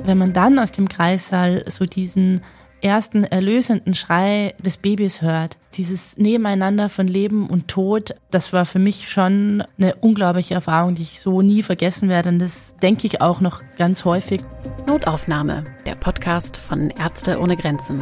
Wenn man dann aus dem Kreissaal so diesen ersten erlösenden Schrei des Babys hört, dieses Nebeneinander von Leben und Tod, das war für mich schon eine unglaubliche Erfahrung, die ich so nie vergessen werde. Und das denke ich auch noch ganz häufig. Notaufnahme, der Podcast von Ärzte ohne Grenzen.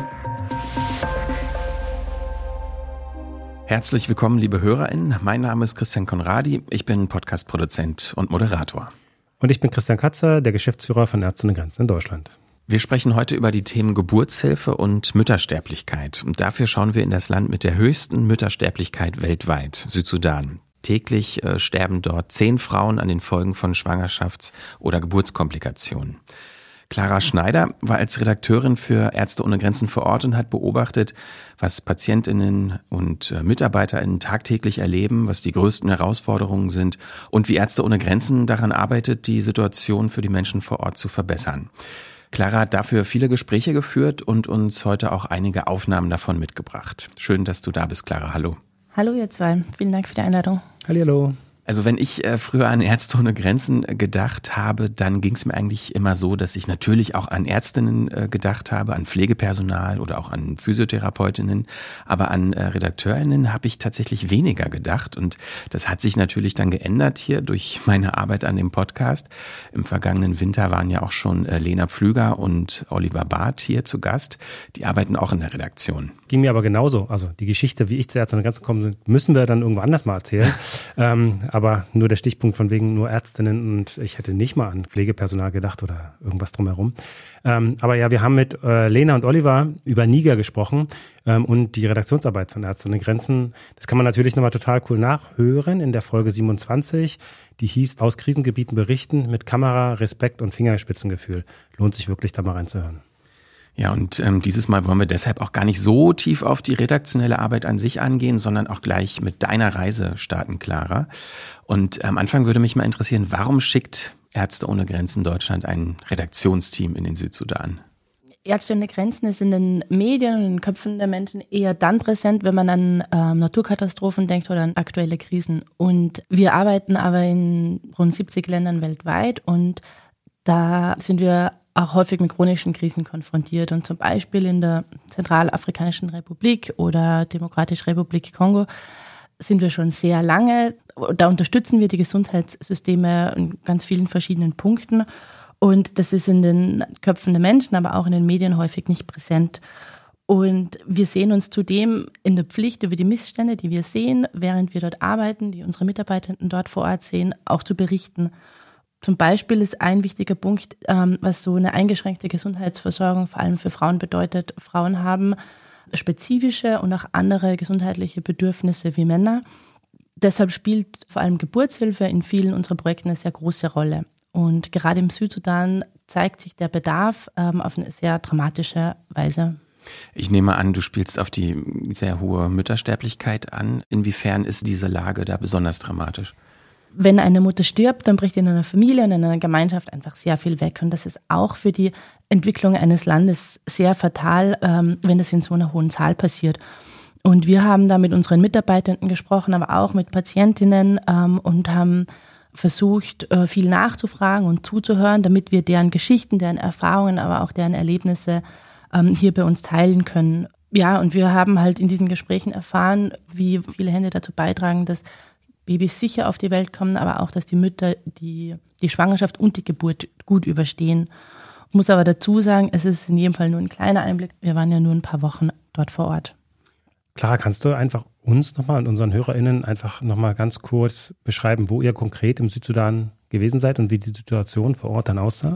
Herzlich willkommen, liebe HörerInnen. Mein Name ist Christian Conradi. Ich bin Podcast-Produzent und Moderator. Und ich bin Christian Katzer, der Geschäftsführer von Ärzte ohne Grenzen in Deutschland. Wir sprechen heute über die Themen Geburtshilfe und Müttersterblichkeit. Und dafür schauen wir in das Land mit der höchsten Müttersterblichkeit weltweit, Südsudan. Täglich sterben dort 10 Frauen an den Folgen von Schwangerschafts- oder Geburtskomplikationen. Clara Schneider war als Redakteurin für Ärzte ohne Grenzen vor Ort und hat beobachtet, was PatientInnen und MitarbeiterInnen tagtäglich erleben, was die größten Herausforderungen sind und wie Ärzte ohne Grenzen daran arbeitet, die Situation für die Menschen vor Ort zu verbessern. Clara hat dafür viele Gespräche geführt und uns heute auch einige Aufnahmen davon mitgebracht. Schön, dass du da bist, Clara. Hallo. Hallo ihr zwei, vielen Dank für die Einladung. Hallihallo. Also wenn ich früher an Ärzte ohne Grenzen gedacht habe, dann ging es mir eigentlich immer so, dass ich natürlich auch an Ärztinnen gedacht habe, an Pflegepersonal oder auch an Physiotherapeutinnen, aber an RedakteurInnen habe ich tatsächlich weniger gedacht und das hat sich natürlich dann geändert hier durch meine Arbeit an dem Podcast. Im vergangenen Winter waren ja auch schon Lena Pflüger und Oliver Barth hier zu Gast. Die arbeiten auch in der Redaktion. Ging mir aber genauso. Also die Geschichte, wie ich zu Ärzte ohne Grenzen gekommen bin, müssen wir dann irgendwo anders mal erzählen. Aber nur der Stichpunkt von wegen nur Ärztinnen und ich hätte nicht mal an Pflegepersonal gedacht oder irgendwas drumherum. Aber ja, wir haben mit Lena und Oliver über Niger gesprochen und die Redaktionsarbeit von Ärzte ohne Grenzen. Das kann man natürlich nochmal total cool nachhören in der Folge 27. Die hieß Aus Krisengebieten berichten mit Kamera, Respekt und Fingerspitzengefühl. Lohnt sich wirklich, da mal reinzuhören. Ja, und dieses Mal wollen wir deshalb auch gar nicht so tief auf die redaktionelle Arbeit an sich angehen, sondern auch gleich mit deiner Reise starten, Clara. Und am Anfang würde mich mal interessieren, warum schickt Ärzte ohne Grenzen Deutschland ein Redaktionsteam in den Südsudan? Ärzte ohne Grenzen ist in den Medien und in den Köpfen der Menschen eher dann präsent, wenn man an Naturkatastrophen denkt oder an aktuelle Krisen. Und wir arbeiten aber in rund 70 Ländern weltweit und da sind wir auch häufig mit chronischen Krisen konfrontiert. Und zum Beispiel in der Zentralafrikanischen Republik oder Demokratischen Republik Kongo sind wir schon sehr lange. Da unterstützen wir die Gesundheitssysteme in ganz vielen verschiedenen Punkten. Und das ist in den Köpfen der Menschen, aber auch in den Medien häufig nicht präsent. Und wir sehen uns zudem in der Pflicht, über die Missstände, die wir sehen, während wir dort arbeiten, die unsere Mitarbeitenden dort vor Ort sehen, auch zu berichten. Zum Beispiel ist ein wichtiger Punkt, was so eine eingeschränkte Gesundheitsversorgung vor allem für Frauen bedeutet. Frauen haben spezifische und auch andere gesundheitliche Bedürfnisse wie Männer. Deshalb spielt vor allem Geburtshilfe in vielen unserer Projekten eine sehr große Rolle. Und gerade im Südsudan zeigt sich der Bedarf auf eine sehr dramatische Weise. Ich nehme an, du spielst auf die sehr hohe Müttersterblichkeit an. Inwiefern ist diese Lage da besonders dramatisch? Wenn eine Mutter stirbt, dann bricht in einer Familie und in einer Gemeinschaft einfach sehr viel weg. Und das ist auch für die Entwicklung eines Landes sehr fatal, wenn das in so einer hohen Zahl passiert. Und wir haben da mit unseren Mitarbeitenden gesprochen, aber auch mit Patientinnen und haben versucht, viel nachzufragen und zuzuhören, damit wir deren Geschichten, deren Erfahrungen, aber auch deren Erlebnisse hier bei uns teilen können. Ja, und wir haben halt in diesen Gesprächen erfahren, wie viele Hände dazu beitragen, dass Babys sicher auf die Welt kommen, aber auch, dass die Mütter die Schwangerschaft und die Geburt gut überstehen. Ich muss aber dazu sagen, es ist in jedem Fall nur ein kleiner Einblick. Wir waren ja nur ein paar Wochen dort vor Ort. Clara, kannst du einfach uns nochmal und unseren HörerInnen einfach nochmal ganz kurz beschreiben, wo ihr konkret im Südsudan gewesen seid und wie die Situation vor Ort dann aussah?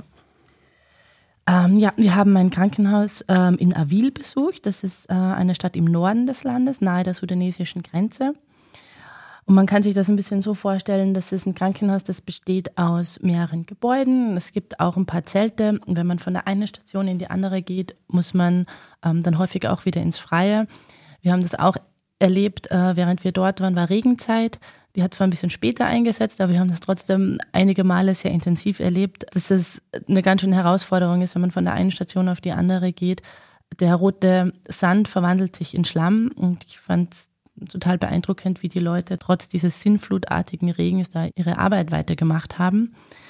Ja, wir haben ein Krankenhaus in Avil besucht. Das ist eine Stadt im Norden des Landes, nahe der sudanesischen Grenze. Und man kann sich das ein bisschen so vorstellen, das ist ein Krankenhaus, das besteht aus mehreren Gebäuden. Es gibt auch ein paar Zelte. Und wenn man von der einen Station in die andere geht, muss man dann häufig auch wieder ins Freie. Wir haben das auch erlebt, während wir dort waren, war Regenzeit. Die hat zwar ein bisschen später eingesetzt, aber wir haben das trotzdem einige Male sehr intensiv erlebt, dass es eine ganz schöne Herausforderung ist, wenn man von der einen Station auf die andere geht. Der rote Sand verwandelt sich in Schlamm und ich fand es total beeindruckend, wie die Leute trotz dieses sinnflutartigen Regens da ihre Arbeit weitergemacht haben.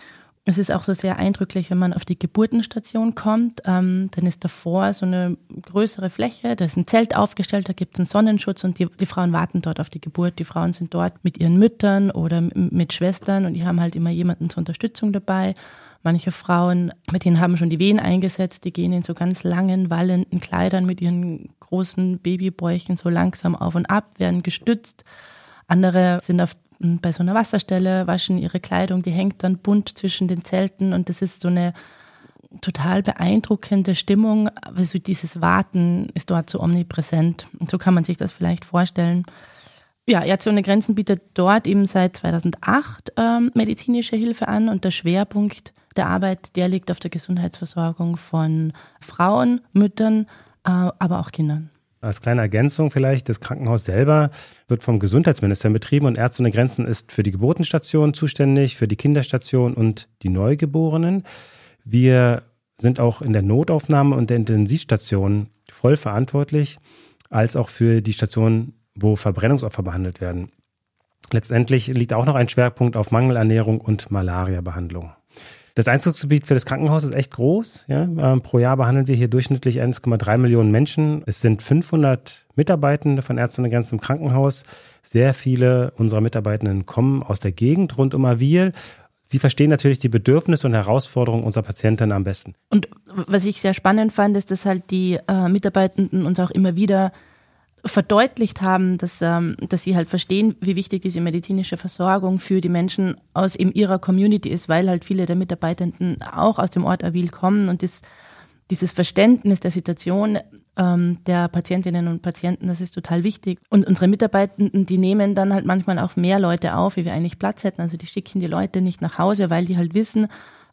Es ist auch so sehr eindrücklich, wenn man auf die Geburtenstation kommt, dann ist davor so eine größere Fläche, da ist ein Zelt aufgestellt, da gibt es einen Sonnenschutz und die Frauen warten dort auf die Geburt. Die Frauen sind dort mit ihren Müttern oder mit Schwestern und die haben halt immer jemanden zur Unterstützung dabei. Manche Frauen, mit denen haben schon die Wehen eingesetzt, die gehen in so ganz langen, wallenden Kleidern mit ihren großen Babybäuchen so langsam auf und ab, werden gestützt. Andere sind bei so einer Wasserstelle, waschen ihre Kleidung, die hängt dann bunt zwischen den Zelten und das ist so eine total beeindruckende Stimmung. Also dieses Warten ist dort so omnipräsent und so kann man sich das vielleicht vorstellen. Ja, Ärzte ohne Grenzen bietet dort eben seit 2008 medizinische Hilfe an und der Schwerpunkt der Arbeit, der liegt auf der Gesundheitsversorgung von Frauen, Müttern, aber auch Kindern. Als kleine Ergänzung vielleicht, das Krankenhaus selber wird vom Gesundheitsministerium betrieben und Ärzte ohne Grenzen ist für die Geburtenstation zuständig, für die Kinderstation und die Neugeborenen. Wir sind auch in der Notaufnahme und der Intensivstation voll verantwortlich, als auch für die Station, wo Verbrennungsopfer behandelt werden. Letztendlich liegt auch noch ein Schwerpunkt auf Mangelernährung und Malariabehandlung. Das Einzugsgebiet für das Krankenhaus ist echt groß. Ja. Pro Jahr behandeln wir hier durchschnittlich 1,3 Millionen Menschen. Es sind 500 Mitarbeitende von Ärzte ohne Grenzen im Krankenhaus. Sehr viele unserer Mitarbeitenden kommen aus der Gegend rund um Awil. Sie verstehen natürlich die Bedürfnisse und Herausforderungen unserer Patienten am besten. Und was ich sehr spannend fand, ist, dass halt die Mitarbeitenden uns auch immer wieder verdeutlicht haben, dass sie halt verstehen, wie wichtig diese medizinische Versorgung für die Menschen aus eben ihrer Community ist, weil halt viele der Mitarbeitenden auch aus dem Ort Awil kommen und dieses Verständnis der Situation der Patientinnen und Patienten, das ist total wichtig. Und unsere Mitarbeitenden, die nehmen dann halt manchmal auch mehr Leute auf, wie wir eigentlich Platz hätten. Also die schicken die Leute nicht nach Hause, weil die halt wissen,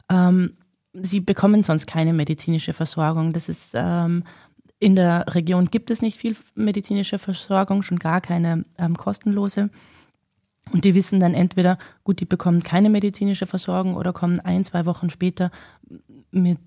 sie bekommen sonst keine medizinische Versorgung. Das ist in der Region gibt es nicht viel medizinische Versorgung, schon gar keine kostenlose. Und die wissen dann entweder, gut, die bekommen keine medizinische Versorgung oder kommen 1-2 Wochen später mit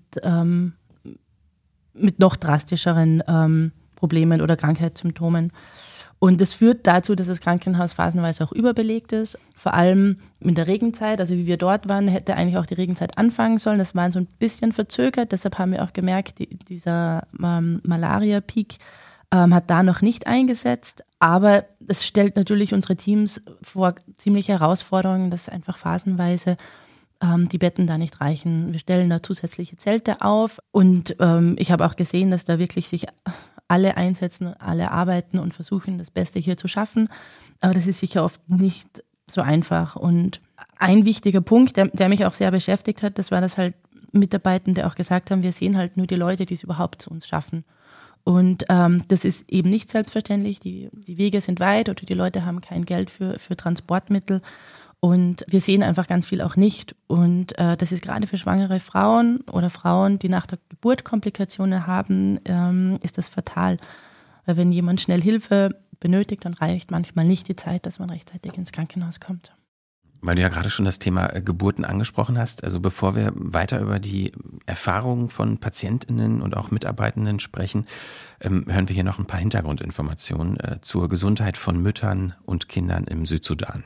noch drastischeren Problemen oder Krankheitssymptomen. Und das führt dazu, dass das Krankenhaus phasenweise auch überbelegt ist. Vor allem in der Regenzeit, also wie wir dort waren, hätte eigentlich auch die Regenzeit anfangen sollen. Das war so ein bisschen verzögert. Deshalb haben wir auch gemerkt, dieser Malaria-Peak hat da noch nicht eingesetzt. Aber das stellt natürlich unsere Teams vor ziemliche Herausforderungen, dass einfach phasenweise die Betten da nicht reichen. Wir stellen da zusätzliche Zelte auf. Und ich habe auch gesehen, dass da wirklich sich alle einsetzen, alle arbeiten und versuchen, das Beste hier zu schaffen. Aber das ist sicher oft nicht so einfach. Und ein wichtiger Punkt, der mich auch sehr beschäftigt hat, das war, dass halt Mitarbeitende auch gesagt haben, wir sehen halt nur die Leute, die es überhaupt zu uns schaffen. Und das ist eben nicht selbstverständlich. Die Wege sind weit oder die Leute haben kein Geld für Transportmittel. Und wir sehen einfach ganz viel auch nicht. Und das ist gerade für schwangere Frauen oder Frauen, die nach der Geburt Komplikationen haben, ist das fatal. Weil wenn jemand schnell Hilfe benötigt, dann reicht manchmal nicht die Zeit, dass man rechtzeitig ins Krankenhaus kommt. Weil du ja gerade schon das Thema Geburten angesprochen hast, also bevor wir weiter über die Erfahrungen von PatientInnen und auch Mitarbeitenden sprechen, hören wir hier noch ein paar Hintergrundinformationen zur Gesundheit von Müttern und Kindern im Südsudan.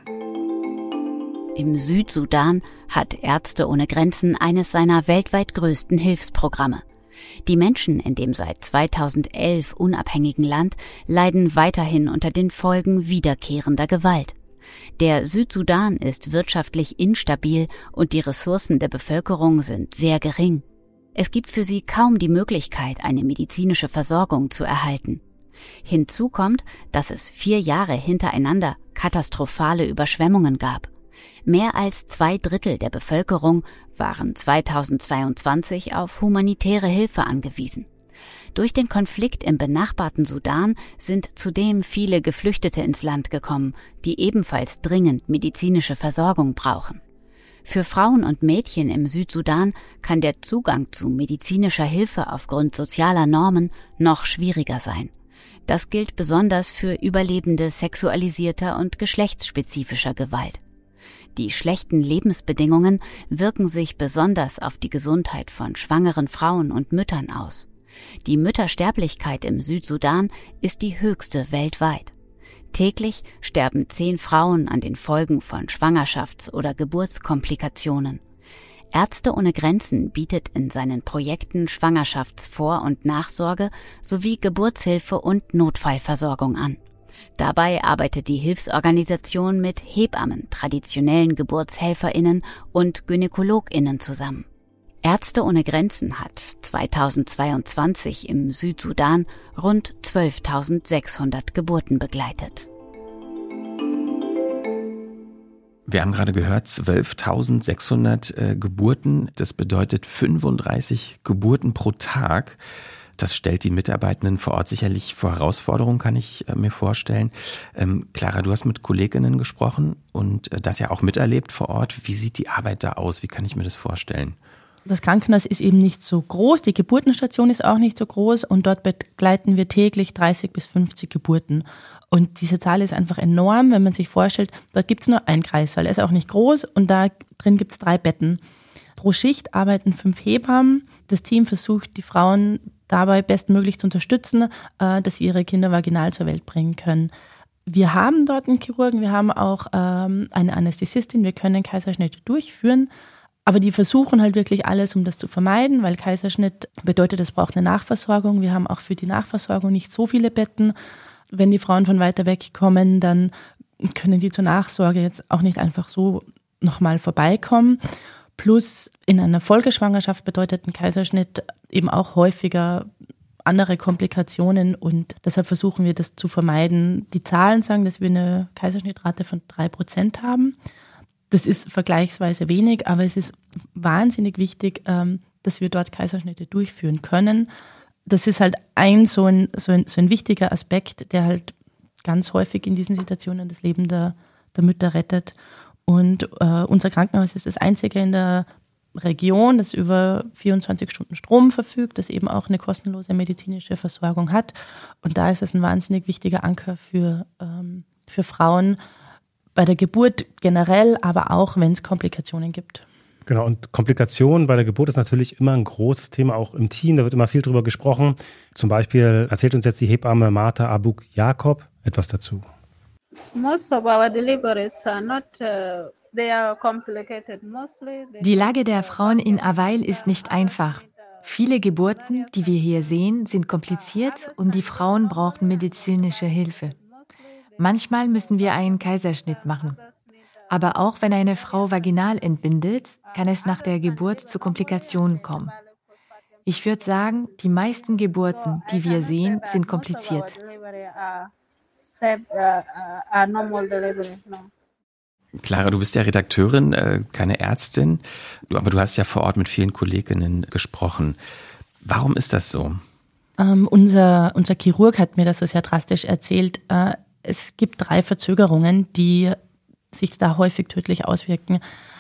Im Südsudan hat Ärzte ohne Grenzen eines seiner weltweit größten Hilfsprogramme. Die Menschen in dem seit 2011 unabhängigen Land leiden weiterhin unter den Folgen wiederkehrender Gewalt. Der Südsudan ist wirtschaftlich instabil und die Ressourcen der Bevölkerung sind sehr gering. Es gibt für sie kaum die Möglichkeit, eine medizinische Versorgung zu erhalten. Hinzu kommt, dass es 4 Jahre hintereinander katastrophale Überschwemmungen gab. Mehr als 2/3 der Bevölkerung waren 2022 auf humanitäre Hilfe angewiesen. Durch den Konflikt im benachbarten Sudan sind zudem viele Geflüchtete ins Land gekommen, die ebenfalls dringend medizinische Versorgung brauchen. Für Frauen und Mädchen im Südsudan kann der Zugang zu medizinischer Hilfe aufgrund sozialer Normen noch schwieriger sein. Das gilt besonders für Überlebende sexualisierter und geschlechtsspezifischer Gewalt. Die schlechten Lebensbedingungen wirken sich besonders auf die Gesundheit von schwangeren Frauen und Müttern aus. Die Müttersterblichkeit im Südsudan ist die höchste weltweit. Täglich sterben 10 Frauen an den Folgen von Schwangerschafts- oder Geburtskomplikationen. Ärzte ohne Grenzen bietet in seinen Projekten Schwangerschaftsvor- und Nachsorge sowie Geburtshilfe und Notfallversorgung an. Dabei arbeitet die Hilfsorganisation mit Hebammen, traditionellen GeburtshelferInnen und GynäkologInnen zusammen. Ärzte ohne Grenzen hat 2022 im Südsudan rund 12.600 Geburten begleitet. Wir haben gerade gehört, 12.600 Geburten. Das bedeutet 35 Geburten pro Tag. Das stellt die Mitarbeitenden vor Ort sicherlich vor Herausforderungen, kann ich mir vorstellen. Clara, du hast mit Kolleginnen gesprochen und das ja auch miterlebt vor Ort. Wie sieht die Arbeit da aus? Wie kann ich mir das vorstellen? Das Krankenhaus ist eben nicht so groß, die Geburtenstation ist auch nicht so groß und dort begleiten wir täglich 30 bis 50 Geburten. Und diese Zahl ist einfach enorm, wenn man sich vorstellt, dort gibt es nur einen Kreissaal, er ist auch nicht groß und da drin gibt es 3 Betten. Pro Schicht arbeiten 5 Hebammen. Das Team versucht, die Frauen dabei bestmöglich zu unterstützen, dass sie ihre Kinder vaginal zur Welt bringen können. Wir haben dort einen Chirurgen, wir haben auch eine Anästhesistin, wir können Kaiserschnitte durchführen. Aber die versuchen halt wirklich alles, um das zu vermeiden, weil Kaiserschnitt bedeutet, es braucht eine Nachversorgung. Wir haben auch für die Nachversorgung nicht so viele Betten. Wenn die Frauen von weiter weg kommen, dann können die zur Nachsorge jetzt auch nicht einfach so nochmal vorbeikommen. Plus in einer Folgeschwangerschaft bedeutet ein Kaiserschnitt eben auch häufiger andere Komplikationen und deshalb versuchen wir das zu vermeiden. Die Zahlen sagen, dass wir eine Kaiserschnittrate von 3% haben. Das ist vergleichsweise wenig, aber es ist wahnsinnig wichtig, dass wir dort Kaiserschnitte durchführen können. Das ist halt so ein wichtiger Aspekt, der halt ganz häufig in diesen Situationen das Leben der Mütter rettet. Und unser Krankenhaus ist das einzige in der Region, das über 24 Stunden Strom verfügt, das eben auch eine kostenlose medizinische Versorgung hat. Und da ist es ein wahnsinnig wichtiger Anker für Frauen, bei der Geburt generell, aber auch, wenn es Komplikationen gibt. Genau, und Komplikationen bei der Geburt ist natürlich immer ein großes Thema, auch im Team. Da wird immer viel drüber gesprochen. Zum Beispiel erzählt uns jetzt die Hebamme Martha Abuk Jakob etwas dazu. Die Lage der Frauen in Aweil ist nicht einfach. Viele Geburten, die wir hier sehen, sind kompliziert und die Frauen brauchen medizinische Hilfe. Manchmal müssen wir einen Kaiserschnitt machen. Aber auch wenn eine Frau vaginal entbindet, kann es nach der Geburt zu Komplikationen kommen. Ich würde sagen, die meisten Geburten, die wir sehen, sind kompliziert. Clara, du bist ja Redakteurin, keine Ärztin, aber du hast ja vor Ort mit vielen Kolleginnen gesprochen. Warum ist das so? Unser Chirurg hat mir das so sehr drastisch erzählt. Es gibt 3 Verzögerungen, die sich da häufig tödlich auswirken.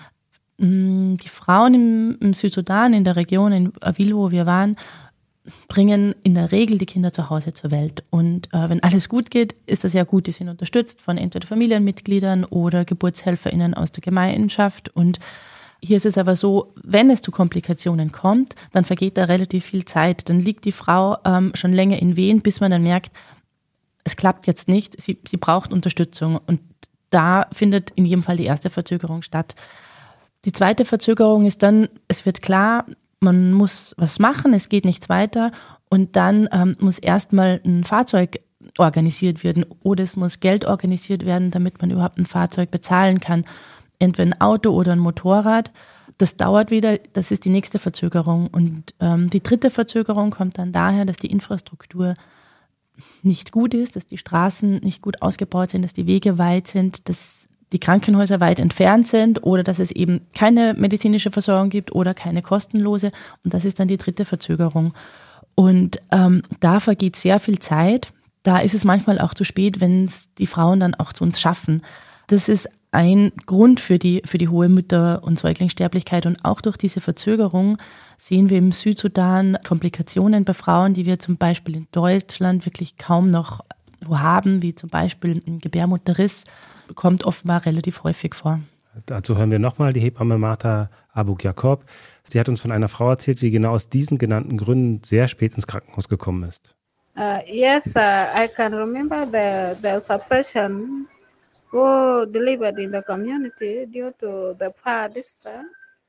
Die Frauen im Südsudan, in der Region, in Aweil, wo wir waren, bringen in der Regel die Kinder zu Hause zur Welt. Und wenn alles gut geht, ist das ja gut. Die sind unterstützt von entweder Familienmitgliedern oder GeburtshelferInnen aus der Gemeinschaft. Und hier ist es aber so, wenn es zu Komplikationen kommt, dann vergeht da relativ viel Zeit. Dann liegt die Frau schon länger in Wehen, bis man dann merkt, es klappt jetzt nicht, sie braucht Unterstützung und da findet in jedem Fall die erste Verzögerung statt. Die zweite Verzögerung ist dann, es wird klar, man muss was machen, es geht nichts weiter und dann muss erstmal ein Fahrzeug organisiert werden oder es muss Geld organisiert werden, damit man überhaupt ein Fahrzeug bezahlen kann, entweder ein Auto oder ein Motorrad. Das dauert wieder, das ist die nächste Verzögerung und die dritte Verzögerung kommt dann daher, dass die Infrastruktur nicht gut ist, dass die Straßen nicht gut ausgebaut sind, dass die Wege weit sind, dass die Krankenhäuser weit entfernt sind oder dass es eben keine medizinische Versorgung gibt oder keine kostenlose. Und das ist dann die dritte Verzögerung. Und da vergeht sehr viel Zeit. Da ist es manchmal auch zu spät, wenn es die Frauen dann auch zu uns schaffen. Das ist ein Grund für die hohe Mütter- und Säuglingssterblichkeit. Und auch durch diese Verzögerung sehen wir im Südsudan Komplikationen bei Frauen, die wir zum Beispiel in Deutschland wirklich kaum noch wo haben, wie zum Beispiel ein Gebärmutterriss, kommt offenbar relativ häufig vor. Dazu hören wir nochmal die Hebamme Martha Abuk Jakob. Sie hat uns von einer Frau erzählt, die genau aus diesen genannten Gründen sehr spät ins Krankenhaus gekommen ist. Yes, I can remember the suppression who delivered in the community due to the far distance.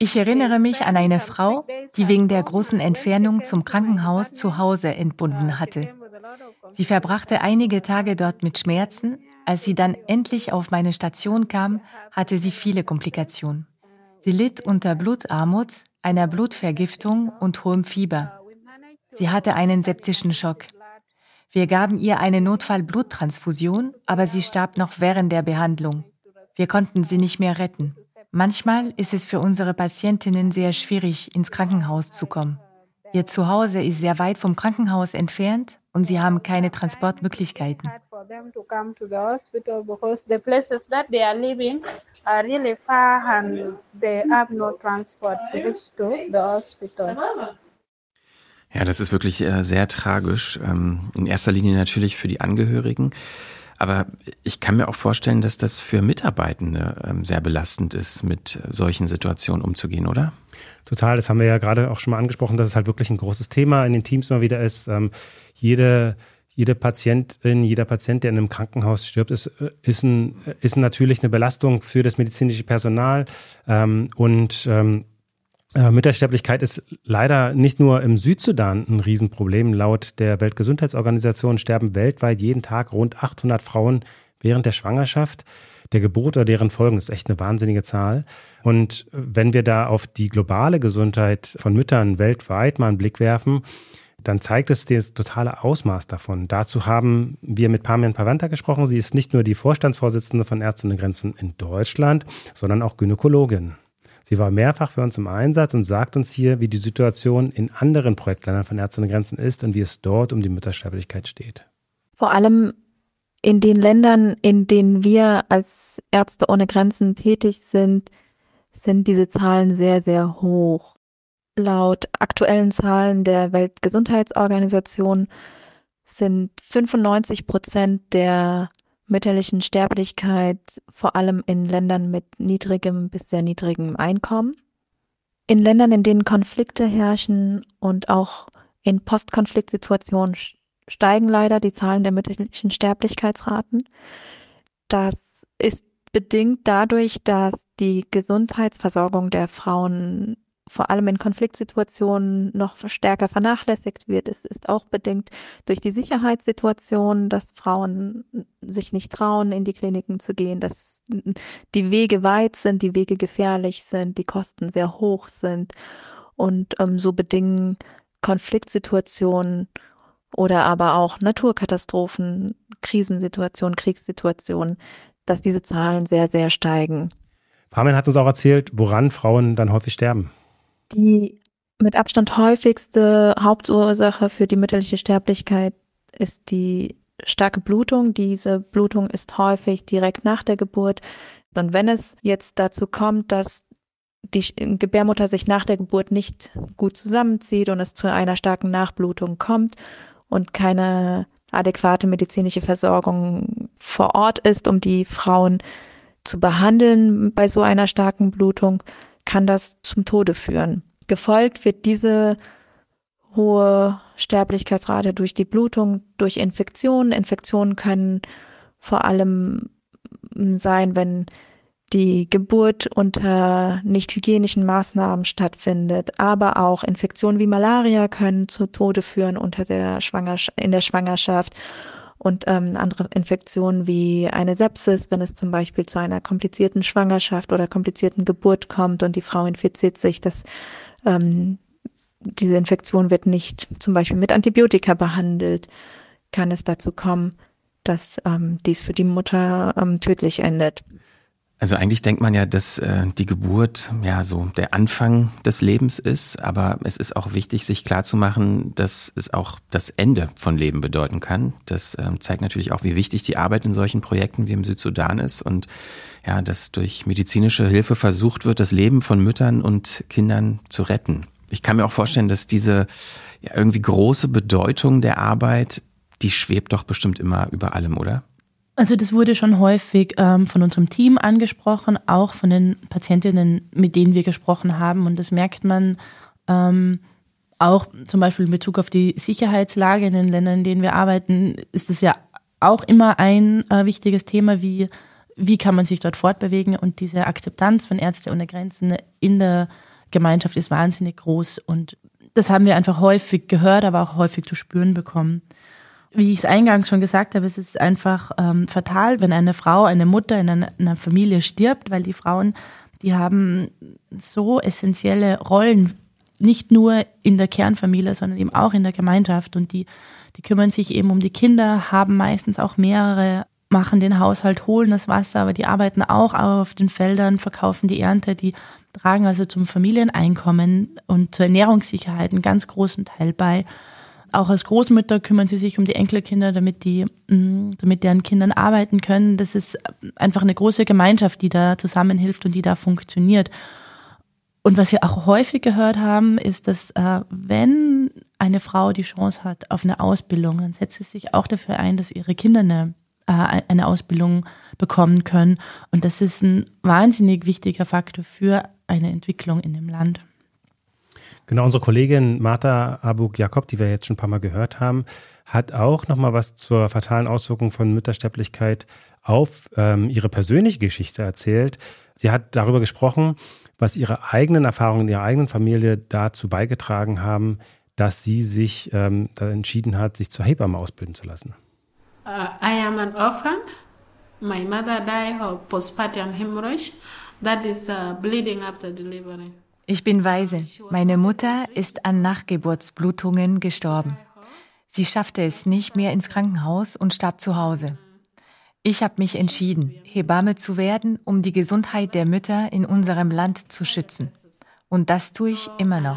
Ich erinnere mich an eine Frau, die wegen der großen Entfernung zum Krankenhaus zu Hause entbunden hatte. Sie verbrachte einige Tage dort mit Schmerzen. Als sie dann endlich auf meine Station kam, hatte sie viele Komplikationen. Sie litt unter Blutarmut, einer Blutvergiftung und hohem Fieber. Sie hatte einen septischen Schock. Wir gaben ihr eine Notfallbluttransfusion, aber sie starb noch während der Behandlung. Wir konnten sie nicht mehr retten. Manchmal ist es für unsere Patientinnen sehr schwierig, ins Krankenhaus zu kommen. Ihr Zuhause ist sehr weit vom Krankenhaus entfernt und sie haben keine Transportmöglichkeiten. Ja, das ist wirklich sehr tragisch. In erster Linie natürlich für die Angehörigen. Aber ich kann mir auch vorstellen, dass das für Mitarbeitende sehr belastend ist, mit solchen Situationen umzugehen, oder? Total, das haben wir ja gerade auch schon mal angesprochen, dass es halt wirklich ein großes Thema in den Teams immer wieder ist. Jede Patientin, jeder Patient, der in einem Krankenhaus stirbt, ist natürlich eine Belastung für das medizinische Personal. Müttersterblichkeit ist leider nicht nur im Südsudan ein Riesenproblem. Laut der Weltgesundheitsorganisation sterben weltweit jeden Tag rund 800 Frauen während der Schwangerschaft, der Geburt oder deren Folgen. Das ist echt eine wahnsinnige Zahl. Und wenn wir da auf die globale Gesundheit von Müttern weltweit mal einen Blick werfen, dann zeigt es das totale Ausmaß davon. Dazu haben wir mit Parmian Pavanta gesprochen. Sie ist nicht nur die Vorstandsvorsitzende von Ärzte ohne Grenzen in Deutschland, sondern auch Gynäkologin. Sie war mehrfach für uns im Einsatz und sagt uns hier, wie die Situation in anderen Projektländern von Ärzte ohne Grenzen ist und wie es dort um die Müttersterblichkeit steht. Vor allem in den Ländern, in denen wir als Ärzte ohne Grenzen tätig sind, sind diese Zahlen sehr, sehr hoch. Laut aktuellen Zahlen der Weltgesundheitsorganisation sind 95% der mütterlichen Sterblichkeit vor allem in Ländern mit niedrigem bis sehr niedrigem Einkommen. In Ländern, in denen Konflikte herrschen und auch in Postkonfliktsituationen steigen leider die Zahlen der mütterlichen Sterblichkeitsraten. Das ist bedingt dadurch, dass die Gesundheitsversorgung der Frauen vor allem in Konfliktsituationen noch stärker vernachlässigt wird. Es ist auch bedingt durch die Sicherheitssituation, dass Frauen sich nicht trauen, in die Kliniken zu gehen, dass die Wege weit sind, die Wege gefährlich sind, die Kosten sehr hoch sind und so bedingen Konfliktsituationen oder aber auch Naturkatastrophen, Krisensituationen, Kriegssituationen, dass diese Zahlen sehr, sehr steigen. Parmian hat uns auch erzählt, woran Frauen dann häufig sterben. Die mit Abstand häufigste Hauptursache für die mütterliche Sterblichkeit ist die starke Blutung. Diese Blutung ist häufig direkt nach der Geburt. Und wenn es jetzt dazu kommt, dass die Gebärmutter sich nach der Geburt nicht gut zusammenzieht und es zu einer starken Nachblutung kommt und keine adäquate medizinische Versorgung vor Ort ist, um die Frauen zu behandeln bei so einer starken Blutung, kann das zum Tode führen. Gefolgt wird diese hohe Sterblichkeitsrate durch die Blutung, durch Infektionen. Infektionen können vor allem sein, wenn die Geburt unter nicht hygienischen Maßnahmen stattfindet, aber auch Infektionen wie Malaria können zu Tode führen in der Schwangerschaft. Und andere Infektionen wie eine Sepsis, wenn es zum Beispiel zu einer komplizierten Schwangerschaft oder komplizierten Geburt kommt und die Frau infiziert sich, diese Infektion wird nicht zum Beispiel mit Antibiotika behandelt, kann es dazu kommen, dass dies für die Mutter tödlich endet. Also eigentlich denkt man ja, dass die Geburt ja so der Anfang des Lebens ist, aber es ist auch wichtig, sich klarzumachen, dass es auch das Ende von Leben bedeuten kann. Das zeigt natürlich auch, wie wichtig die Arbeit in solchen Projekten wie im Südsudan ist und ja, dass durch medizinische Hilfe versucht wird, das Leben von Müttern und Kindern zu retten. Ich kann mir auch vorstellen, dass diese ja irgendwie große Bedeutung der Arbeit, die schwebt doch bestimmt immer über allem, oder? Also das wurde schon häufig von unserem Team angesprochen, auch von den Patientinnen, mit denen wir gesprochen haben. Und das merkt man auch zum Beispiel in Bezug auf die Sicherheitslage in den Ländern, in denen wir arbeiten, ist es ja auch immer ein wichtiges Thema, wie kann man sich dort fortbewegen. Und diese Akzeptanz von Ärzte ohne Grenzen in der Gemeinschaft ist wahnsinnig groß und das haben wir einfach häufig gehört, aber auch häufig zu spüren bekommen. Wie ich es eingangs schon gesagt habe, es ist einfach fatal, wenn eine Frau, eine Mutter in einer Familie stirbt, weil die Frauen, die haben so essentielle Rollen, nicht nur in der Kernfamilie, sondern eben auch in der Gemeinschaft und die kümmern sich eben um die Kinder, haben meistens auch mehrere, machen den Haushalt, holen das Wasser, aber die arbeiten auch auf den Feldern, verkaufen die Ernte, die tragen also zum Familieneinkommen und zur Ernährungssicherheit einen ganz großen Teil bei. Auch als Großmütter kümmern sie sich um die Enkelkinder, damit deren Kindern arbeiten können. Das ist einfach eine große Gemeinschaft, die da zusammenhilft und die da funktioniert. Und was wir auch häufig gehört haben, ist, dass wenn eine Frau die Chance hat auf eine Ausbildung, dann setzt sie sich auch dafür ein, dass ihre Kinder eine Ausbildung bekommen können. Und das ist ein wahnsinnig wichtiger Faktor für eine Entwicklung in dem Land. Genau, unsere Kollegin Martha Abuk-Jakob, die wir jetzt schon ein paar Mal gehört haben, hat auch nochmal was zur fatalen Auswirkung von Müttersterblichkeit auf ihre persönliche Geschichte erzählt. Sie hat darüber gesprochen, was ihre eigenen Erfahrungen in ihrer eigenen Familie dazu beigetragen haben, dass sie sich da entschieden hat, sich zur Hebamme ausbilden zu lassen. I am an orphan. My mother died of postpartum hemorrhage. That is bleeding after delivery. Ich bin Waise. Meine Mutter ist an Nachgeburtsblutungen gestorben. Sie schaffte es nicht mehr ins Krankenhaus und starb zu Hause. Ich habe mich entschieden, Hebamme zu werden, um die Gesundheit der Mütter in unserem Land zu schützen. Und das tue ich immer noch.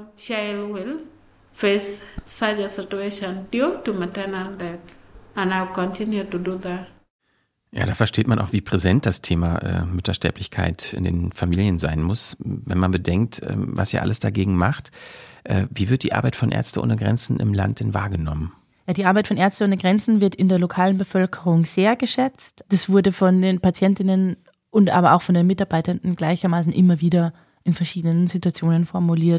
Face such a situation due to maternal death, and I'll continue to do that. Ja, da versteht man auch, wie präsent das Thema Müttersterblichkeit in den Familien sein muss, wenn man bedenkt, was ihr alles dagegen macht. Wie wird die Arbeit von Ärzte ohne Grenzen im Land denn wahrgenommen? Ja, die Arbeit von Ärzte ohne Grenzen wird in der lokalen Bevölkerung sehr geschätzt. Das wurde von den Patientinnen und aber auch von den Mitarbeitenden gleichermaßen immer wieder in verschiedenen Situationen formuliert.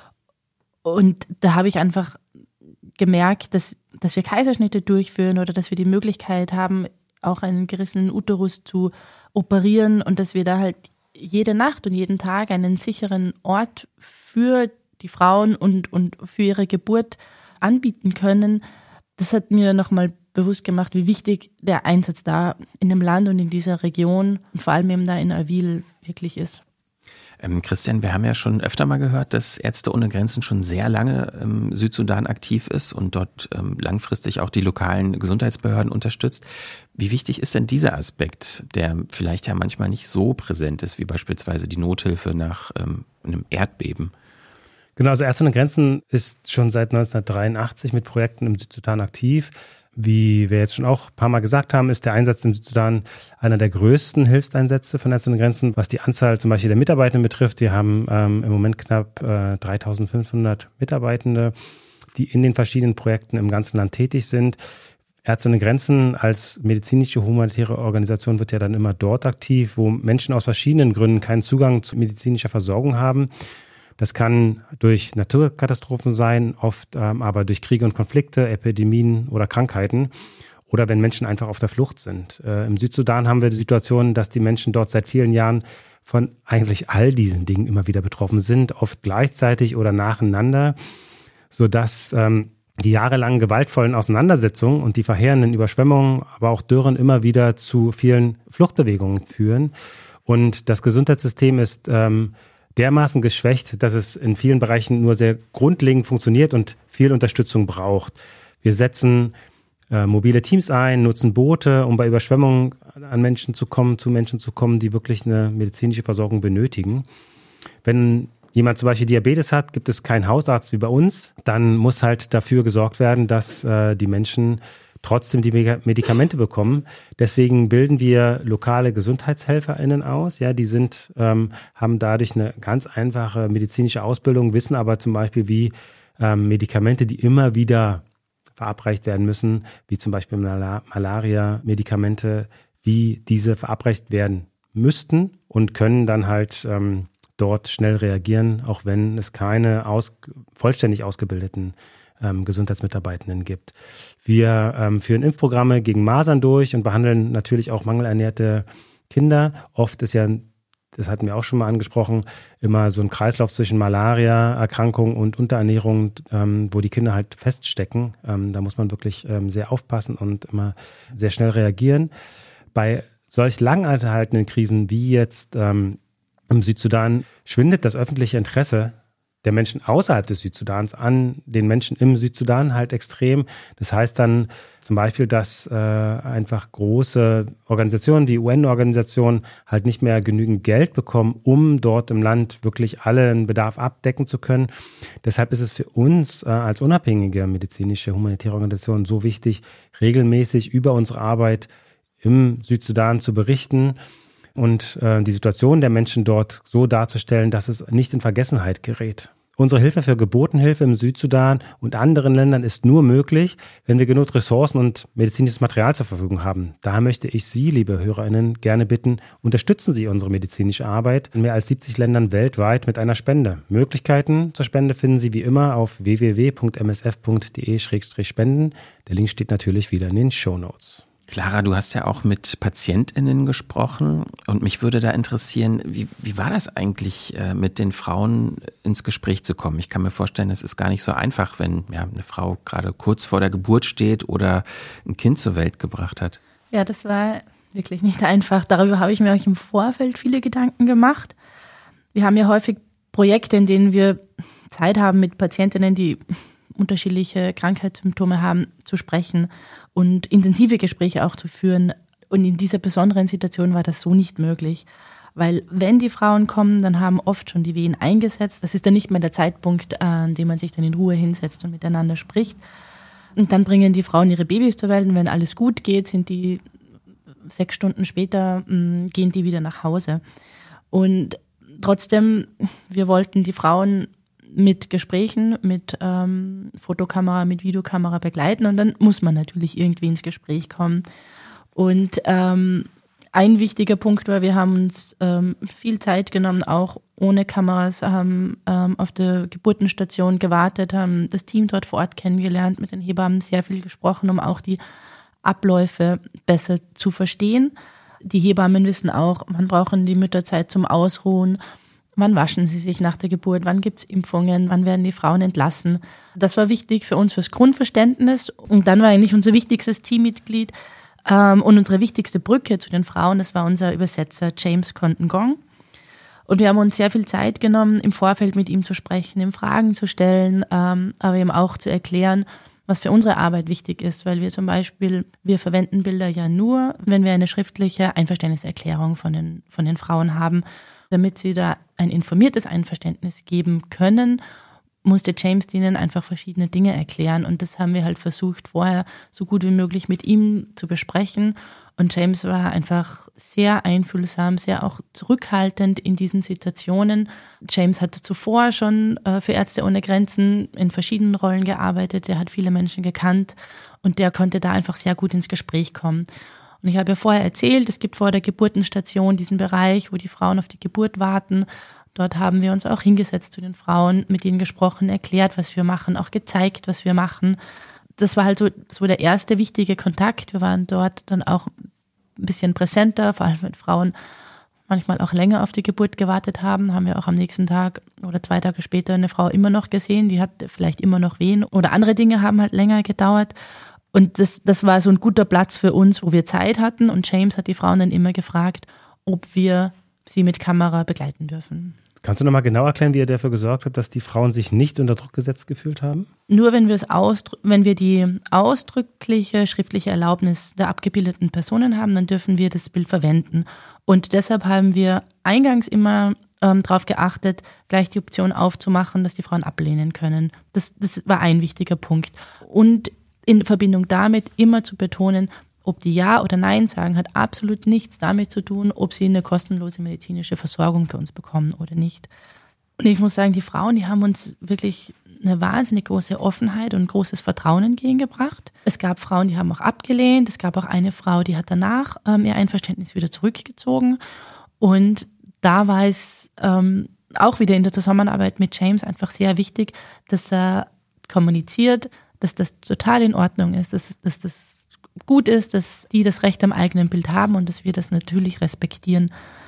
Und da habe ich einfach gemerkt, dass wir Kaiserschnitte durchführen oder dass wir die Möglichkeit haben, auch einen gerissenen Uterus zu operieren und dass wir da halt jede Nacht und jeden Tag einen sicheren Ort für die Frauen und für ihre Geburt anbieten können. Das hat mir nochmal bewusst gemacht, wie wichtig der Einsatz da in dem Land und in dieser Region und vor allem eben da in Erwil wirklich ist. Christian, wir haben ja schon öfter mal gehört, dass Ärzte ohne Grenzen schon sehr lange im Südsudan aktiv ist und dort langfristig auch die lokalen Gesundheitsbehörden unterstützt. Wie wichtig ist denn dieser Aspekt, der vielleicht ja manchmal nicht so präsent ist, wie beispielsweise die Nothilfe nach einem Erdbeben? Genau, also Ärzte ohne Grenzen ist schon seit 1983 mit Projekten im Südsudan aktiv. Wie wir jetzt schon auch ein paar Mal gesagt haben, ist der Einsatz im Südsudan einer der größten Hilfseinsätze von Ärzte ohne Grenzen, was die Anzahl zum Beispiel der Mitarbeitenden betrifft. Wir haben im Moment knapp 3.500 Mitarbeitende, die in den verschiedenen Projekten im ganzen Land tätig sind. Ärzte ohne Grenzen als medizinische humanitäre Organisation wird ja dann immer dort aktiv, wo Menschen aus verschiedenen Gründen keinen Zugang zu medizinischer Versorgung haben. Das kann durch Naturkatastrophen sein, oft aber durch Kriege und Konflikte, Epidemien oder Krankheiten oder wenn Menschen einfach auf der Flucht sind. Im Südsudan haben wir die Situation, dass die Menschen dort seit vielen Jahren von eigentlich all diesen Dingen immer wieder betroffen sind, oft gleichzeitig oder nacheinander, sodass die jahrelangen gewaltvollen Auseinandersetzungen und die verheerenden Überschwemmungen, aber auch Dürren immer wieder zu vielen Fluchtbewegungen führen. Und das Gesundheitssystem ist dermaßen geschwächt, dass es in vielen Bereichen nur sehr grundlegend funktioniert und viel Unterstützung braucht. Wir setzen mobile Teams ein, nutzen Boote, um bei Überschwemmungen an Menschen zu kommen, die wirklich eine medizinische Versorgung benötigen. Wenn jemand zum Beispiel Diabetes hat, gibt es keinen Hausarzt wie bei uns, dann muss halt dafür gesorgt werden, dass die Menschen trotzdem die Medikamente bekommen. Deswegen bilden wir lokale GesundheitshelferInnen aus. Ja, die haben dadurch eine ganz einfache medizinische Ausbildung, wissen aber zum Beispiel, wie Medikamente, die immer wieder verabreicht werden müssen, wie zum Beispiel Malaria-Medikamente, wie diese verabreicht werden müssten und können dann halt dort schnell reagieren, auch wenn es keine vollständig ausgebildeten Gesundheitsmitarbeitenden gibt. Wir führen Impfprogramme gegen Masern durch und behandeln natürlich auch mangelernährte Kinder. Oft ist ja das hatten wir auch schon mal angesprochen, immer so ein Kreislauf zwischen Malaria-Erkrankung und Unterernährung, wo die Kinder halt feststecken. Da muss man wirklich sehr aufpassen und immer sehr schnell reagieren. Bei solch lang anhaltenden Krisen wie jetzt im Südsudan schwindet das öffentliche Interesse der Menschen außerhalb des Südsudans an den Menschen im Südsudan halt extrem. Das heißt dann zum Beispiel, dass einfach große Organisationen wie UN-Organisationen halt nicht mehr genügend Geld bekommen, um dort im Land wirklich allen Bedarf abdecken zu können. Deshalb ist es für uns als unabhängige medizinische humanitäre Organisation so wichtig, regelmäßig über unsere Arbeit im Südsudan zu berichten und die Situation der Menschen dort so darzustellen, dass es nicht in Vergessenheit gerät. Unsere Hilfe für Geburtenhilfe im Südsudan und anderen Ländern ist nur möglich, wenn wir genug Ressourcen und medizinisches Material zur Verfügung haben. Daher möchte ich Sie, liebe HörerInnen, gerne bitten, unterstützen Sie unsere medizinische Arbeit in mehr als 70 Ländern weltweit mit einer Spende. Möglichkeiten zur Spende finden Sie wie immer auf www.msf.de/spenden. Der Link steht natürlich wieder in den Shownotes. Clara, du hast ja auch mit PatientInnen gesprochen und mich würde da interessieren, wie war das eigentlich, mit den Frauen ins Gespräch zu kommen? Ich kann mir vorstellen, es ist gar nicht so einfach, wenn eine Frau gerade kurz vor der Geburt steht oder ein Kind zur Welt gebracht hat. Ja, das war wirklich nicht einfach. Darüber habe ich mir auch im Vorfeld viele Gedanken gemacht. Wir haben ja häufig Projekte, in denen wir Zeit haben, mit Patientinnen, die unterschiedliche Krankheitssymptome haben, zu sprechen und intensive Gespräche auch zu führen. Und in dieser besonderen Situation war das so nicht möglich. Weil wenn die Frauen kommen, dann haben oft schon die Wehen eingesetzt. Das ist dann nicht mehr der Zeitpunkt, an dem man sich dann in Ruhe hinsetzt und miteinander spricht. Und dann bringen die Frauen ihre Babys zur Welt. Und wenn alles gut geht, sind die 6 Stunden später, gehen die wieder nach Hause. Und trotzdem, wir wollten die Frauen mit Gesprächen, mit Fotokamera, mit Videokamera begleiten und dann muss man natürlich irgendwie ins Gespräch kommen. Und ein wichtiger Punkt war, wir haben uns viel Zeit genommen, auch ohne Kameras, haben auf der Geburtenstation gewartet, haben das Team dort vor Ort kennengelernt, mit den Hebammen sehr viel gesprochen, um auch die Abläufe besser zu verstehen. Die Hebammen wissen auch, wann brauchen die Mütter Zeit zum Ausruhen, wann waschen sie sich nach der Geburt, wann gibt es Impfungen, wann werden die Frauen entlassen. Das war wichtig für uns, fürs Grundverständnis. Und dann war eigentlich unser wichtigstes Teammitglied und unsere wichtigste Brücke zu den Frauen, das war unser Übersetzer James Kontengong. Und wir haben uns sehr viel Zeit genommen, im Vorfeld mit ihm zu sprechen, ihm Fragen zu stellen, aber eben auch zu erklären, was für unsere Arbeit wichtig ist, weil wir zum Beispiel, wir verwenden Bilder ja nur, wenn wir eine schriftliche Einverständniserklärung von den Frauen haben. Damit sie da ein informiertes Einverständnis geben können, musste James ihnen einfach verschiedene Dinge erklären. Und das haben wir halt versucht, vorher so gut wie möglich mit ihm zu besprechen. Und James war einfach sehr einfühlsam, sehr auch zurückhaltend in diesen Situationen. James hatte zuvor schon für Ärzte ohne Grenzen in verschiedenen Rollen gearbeitet. Er hat viele Menschen gekannt und der konnte da einfach sehr gut ins Gespräch kommen. Und ich habe ja vorher erzählt, es gibt vor der Geburtenstation diesen Bereich, wo die Frauen auf die Geburt warten. Dort haben wir uns auch hingesetzt zu den Frauen, mit ihnen gesprochen, erklärt, was wir machen, auch gezeigt, was wir machen. Das war halt so der erste wichtige Kontakt. Wir waren dort dann auch ein bisschen präsenter, vor allem wenn Frauen manchmal auch länger auf die Geburt gewartet haben, haben wir auch am nächsten Tag oder 2 Tage später eine Frau immer noch gesehen, die hat vielleicht immer noch Wehen oder andere Dinge haben halt länger gedauert. Und das war so ein guter Platz für uns, wo wir Zeit hatten. Und James hat die Frauen dann immer gefragt, ob wir sie mit Kamera begleiten dürfen. Kannst du nochmal genau erklären, wie ihr dafür gesorgt habt, dass die Frauen sich nicht unter Druck gesetzt gefühlt haben? Nur wenn wir die ausdrückliche schriftliche Erlaubnis der abgebildeten Personen haben, dann dürfen wir das Bild verwenden. Und deshalb haben wir eingangs immer darauf geachtet, gleich die Option aufzumachen, dass die Frauen ablehnen können. Das war ein wichtiger Punkt. Und in Verbindung damit immer zu betonen, ob die Ja oder Nein sagen, hat absolut nichts damit zu tun, ob sie eine kostenlose medizinische Versorgung bei uns bekommen oder nicht. Und ich muss sagen, die Frauen, die haben uns wirklich eine wahnsinnig große Offenheit und großes Vertrauen entgegengebracht. Es gab Frauen, die haben auch abgelehnt. Es gab auch eine Frau, die hat danach ihr Einverständnis wieder zurückgezogen. Und da war es auch wieder in der Zusammenarbeit mit James einfach sehr wichtig, dass er kommuniziert, dass das total in Ordnung ist, dass das gut ist, dass die das Recht am eigenen Bild haben und dass wir das natürlich respektieren.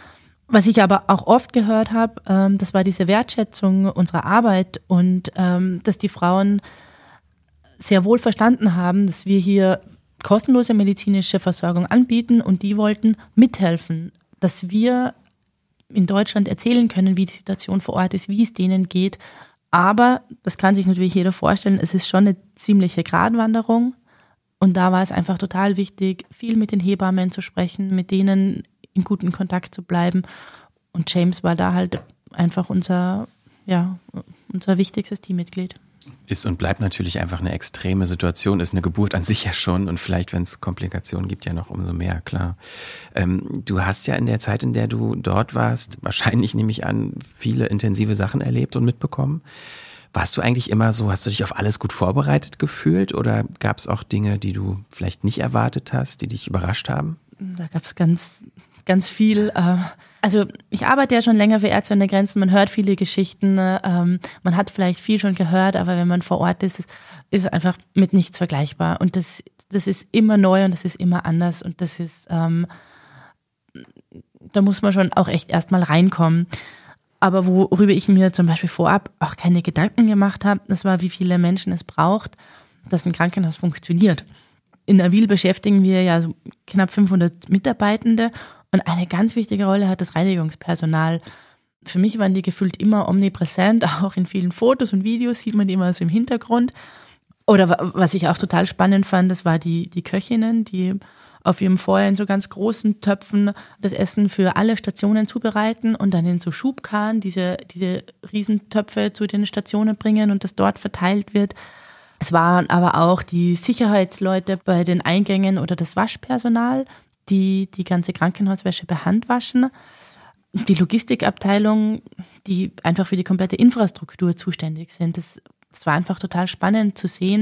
Was ich aber auch oft gehört habe, das war diese Wertschätzung unserer Arbeit und dass die Frauen sehr wohl verstanden haben, dass wir hier kostenlose medizinische Versorgung anbieten und die wollten mithelfen, dass wir in Deutschland erzählen können, wie die Situation vor Ort ist, wie es denen geht. Aber, das kann sich natürlich jeder vorstellen, es ist schon eine ziemliche Gratwanderung und da war es einfach total wichtig, viel mit den Hebammen zu sprechen, mit denen in guten Kontakt zu bleiben und James war da halt einfach unser wichtigstes Teammitglied. Ist und bleibt natürlich einfach eine extreme Situation, ist eine Geburt an sich ja schon und vielleicht, wenn es Komplikationen gibt, ja noch umso mehr, klar. Du hast ja in der Zeit, in der du dort warst, wahrscheinlich, nehme ich an, viele intensive Sachen erlebt und mitbekommen. Warst du eigentlich immer so, hast du dich auf alles gut vorbereitet gefühlt oder gab es auch Dinge, die du vielleicht nicht erwartet hast, die dich überrascht haben? Da gab es ganz viel. Also ich arbeite ja schon länger für Ärzte ohne Grenzen, man hört viele Geschichten, man hat vielleicht viel schon gehört, aber wenn man vor Ort ist es einfach mit nichts vergleichbar und das ist immer neu und das ist immer anders und das ist, da muss man schon auch echt erstmal reinkommen. Aber worüber ich mir zum Beispiel vorab auch keine Gedanken gemacht habe, das war, wie viele Menschen es braucht, dass ein Krankenhaus funktioniert. In Avil beschäftigen wir ja so knapp 500 Mitarbeitende und eine ganz wichtige Rolle hat das Reinigungspersonal. Für mich waren die gefühlt immer omnipräsent, auch in vielen Fotos und Videos sieht man die immer so im Hintergrund. Oder was ich auch total spannend fand, das war die Köchinnen, die auf ihrem Feuer in so ganz großen Töpfen das Essen für alle Stationen zubereiten und dann in so Schubkarren diese Riesentöpfe zu den Stationen bringen und das dort verteilt wird. Es waren aber auch die Sicherheitsleute bei den Eingängen oder das Waschpersonal, die ganze Krankenhauswäsche per Hand waschen. Die Logistikabteilung, die einfach für die komplette Infrastruktur zuständig sind. Das war einfach total spannend zu sehen,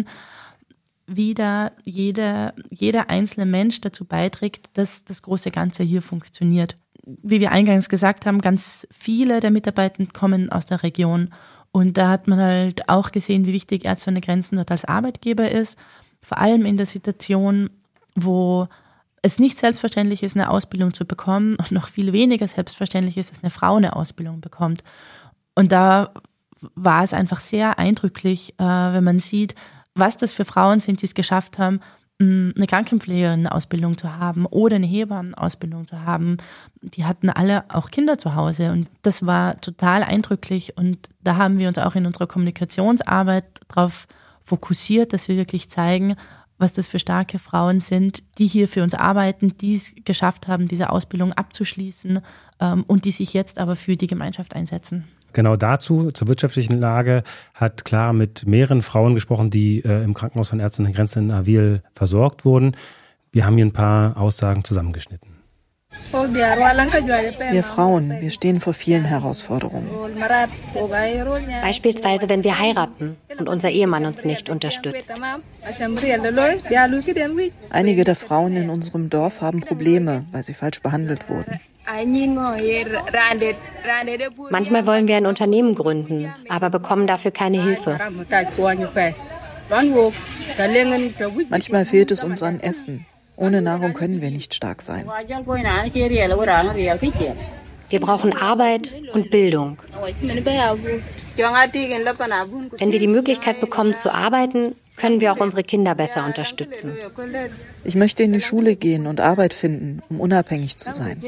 wie da jeder einzelne Mensch dazu beiträgt, dass das große Ganze hier funktioniert. Wie wir eingangs gesagt haben, ganz viele der Mitarbeitenden kommen aus der Region. Und da hat man halt auch gesehen, wie wichtig Ärzte ohne Grenzen dort als Arbeitgeber ist. Vor allem in der Situation, wo es nicht selbstverständlich ist, eine Ausbildung zu bekommen und noch viel weniger selbstverständlich ist, dass eine Frau eine Ausbildung bekommt. Und da war es einfach sehr eindrücklich, wenn man sieht, was das für Frauen sind, die es geschafft haben, eine Krankenpflegerin-Ausbildung zu haben oder eine Hebammen-Ausbildung zu haben. Die hatten alle auch Kinder zu Hause und das war total eindrücklich und da haben wir uns auch in unserer Kommunikationsarbeit darauf fokussiert, dass wir wirklich zeigen, was das für starke Frauen sind, die hier für uns arbeiten, die es geschafft haben, diese Ausbildung abzuschließen und die sich jetzt aber für die Gemeinschaft einsetzen. Genau dazu, zur wirtschaftlichen Lage, hat Clara mit mehreren Frauen gesprochen, die im Krankenhaus von Ärzte ohne Grenzen in Avil versorgt wurden. Wir haben hier ein paar Aussagen zusammengeschnitten. Wir Frauen, wir stehen vor vielen Herausforderungen. Beispielsweise, wenn wir heiraten und unser Ehemann uns nicht unterstützt. Einige der Frauen in unserem Dorf haben Probleme, weil sie falsch behandelt wurden. Manchmal wollen wir ein Unternehmen gründen, aber bekommen dafür keine Hilfe. Manchmal fehlt es uns an Essen. Ohne Nahrung können wir nicht stark sein. Wir brauchen Arbeit und Bildung. Wenn wir die Möglichkeit bekommen zu arbeiten, können wir auch unsere Kinder besser unterstützen. Ich möchte in die Schule gehen und Arbeit finden, um unabhängig zu sein.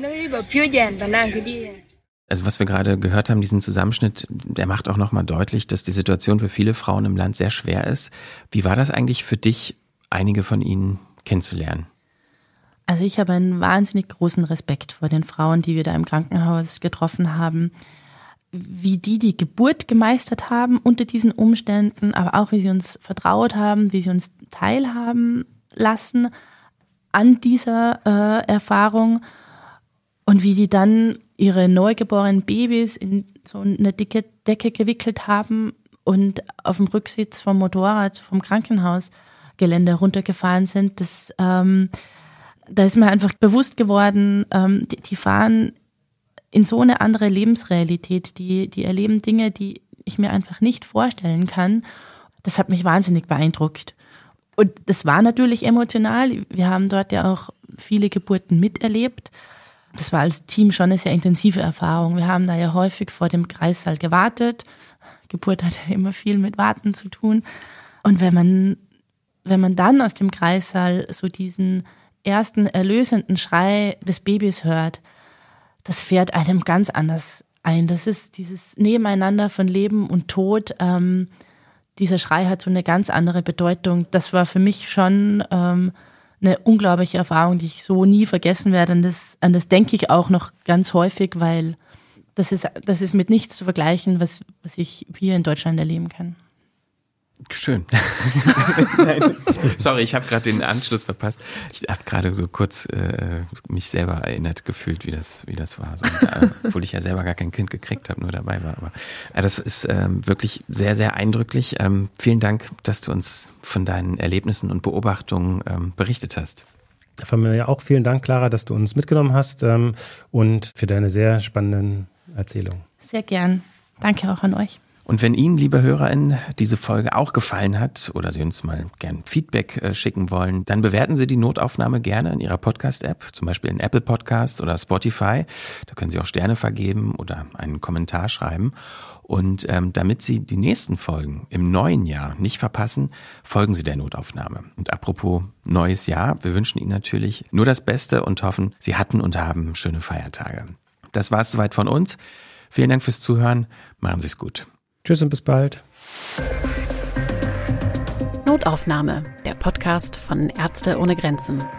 Also was wir gerade gehört haben, diesen Zusammenschnitt, der macht auch nochmal deutlich, dass die Situation für viele Frauen im Land sehr schwer ist. Wie war das eigentlich für dich, einige von ihnen kennenzulernen? Also ich habe einen wahnsinnig großen Respekt vor den Frauen, die wir da im Krankenhaus getroffen haben. Wie die Geburt gemeistert haben unter diesen Umständen, aber auch wie sie uns vertraut haben, wie sie uns teilhaben lassen an dieser Erfahrung und wie die dann ihre neugeborenen Babys in so eine dicke Decke gewickelt haben und auf dem Rücksitz vom Motorrad vom Krankenhausgelände runtergefahren sind. Da ist mir einfach bewusst geworden, die fahren in so eine andere Lebensrealität, die erleben Dinge, die ich mir einfach nicht vorstellen kann. Das hat mich wahnsinnig beeindruckt. Und das war natürlich emotional. Wir haben dort ja auch viele Geburten miterlebt. das war als Team schon eine sehr intensive Erfahrung. Wir haben da ja häufig vor dem Kreissaal gewartet. Geburt hat ja immer viel mit Warten zu tun. Und wenn man dann aus dem Kreissaal so diesen ersten erlösenden Schrei des Babys hört, das fährt einem ganz anders ein. Das ist dieses Nebeneinander von Leben und Tod. Dieser Schrei hat so eine ganz andere Bedeutung. Das war für mich schon eine unglaubliche Erfahrung, die ich so nie vergessen werde. An das denke ich auch noch ganz häufig, weil das ist mit nichts zu vergleichen, was ich hier in Deutschland erleben kann. Schön. Sorry, ich habe gerade den Anschluss verpasst. Ich habe gerade so kurz mich selber erinnert gefühlt, wie das war. So, obwohl ich ja selber gar kein Kind gekriegt habe, nur dabei war. Aber das ist wirklich sehr, sehr eindrücklich. Vielen Dank, dass du uns von deinen Erlebnissen und Beobachtungen berichtet hast. Von mir auch vielen Dank, Clara, dass du uns mitgenommen hast und für deine sehr spannenden Erzählungen. Sehr gern. Danke auch an euch. Und wenn Ihnen, liebe HörerInnen, diese Folge auch gefallen hat oder Sie uns mal gern Feedback schicken wollen, dann bewerten Sie die Notaufnahme gerne in Ihrer Podcast-App, zum Beispiel in Apple Podcasts oder Spotify. Da können Sie auch Sterne vergeben oder einen Kommentar schreiben. Und damit Sie die nächsten Folgen im neuen Jahr nicht verpassen, folgen Sie der Notaufnahme. Und apropos neues Jahr, wir wünschen Ihnen natürlich nur das Beste und hoffen, Sie hatten und haben schöne Feiertage. Das war es soweit von uns. Vielen Dank fürs Zuhören. Machen Sie es gut. Tschüss und bis bald. Notaufnahme, der Podcast von Ärzte ohne Grenzen.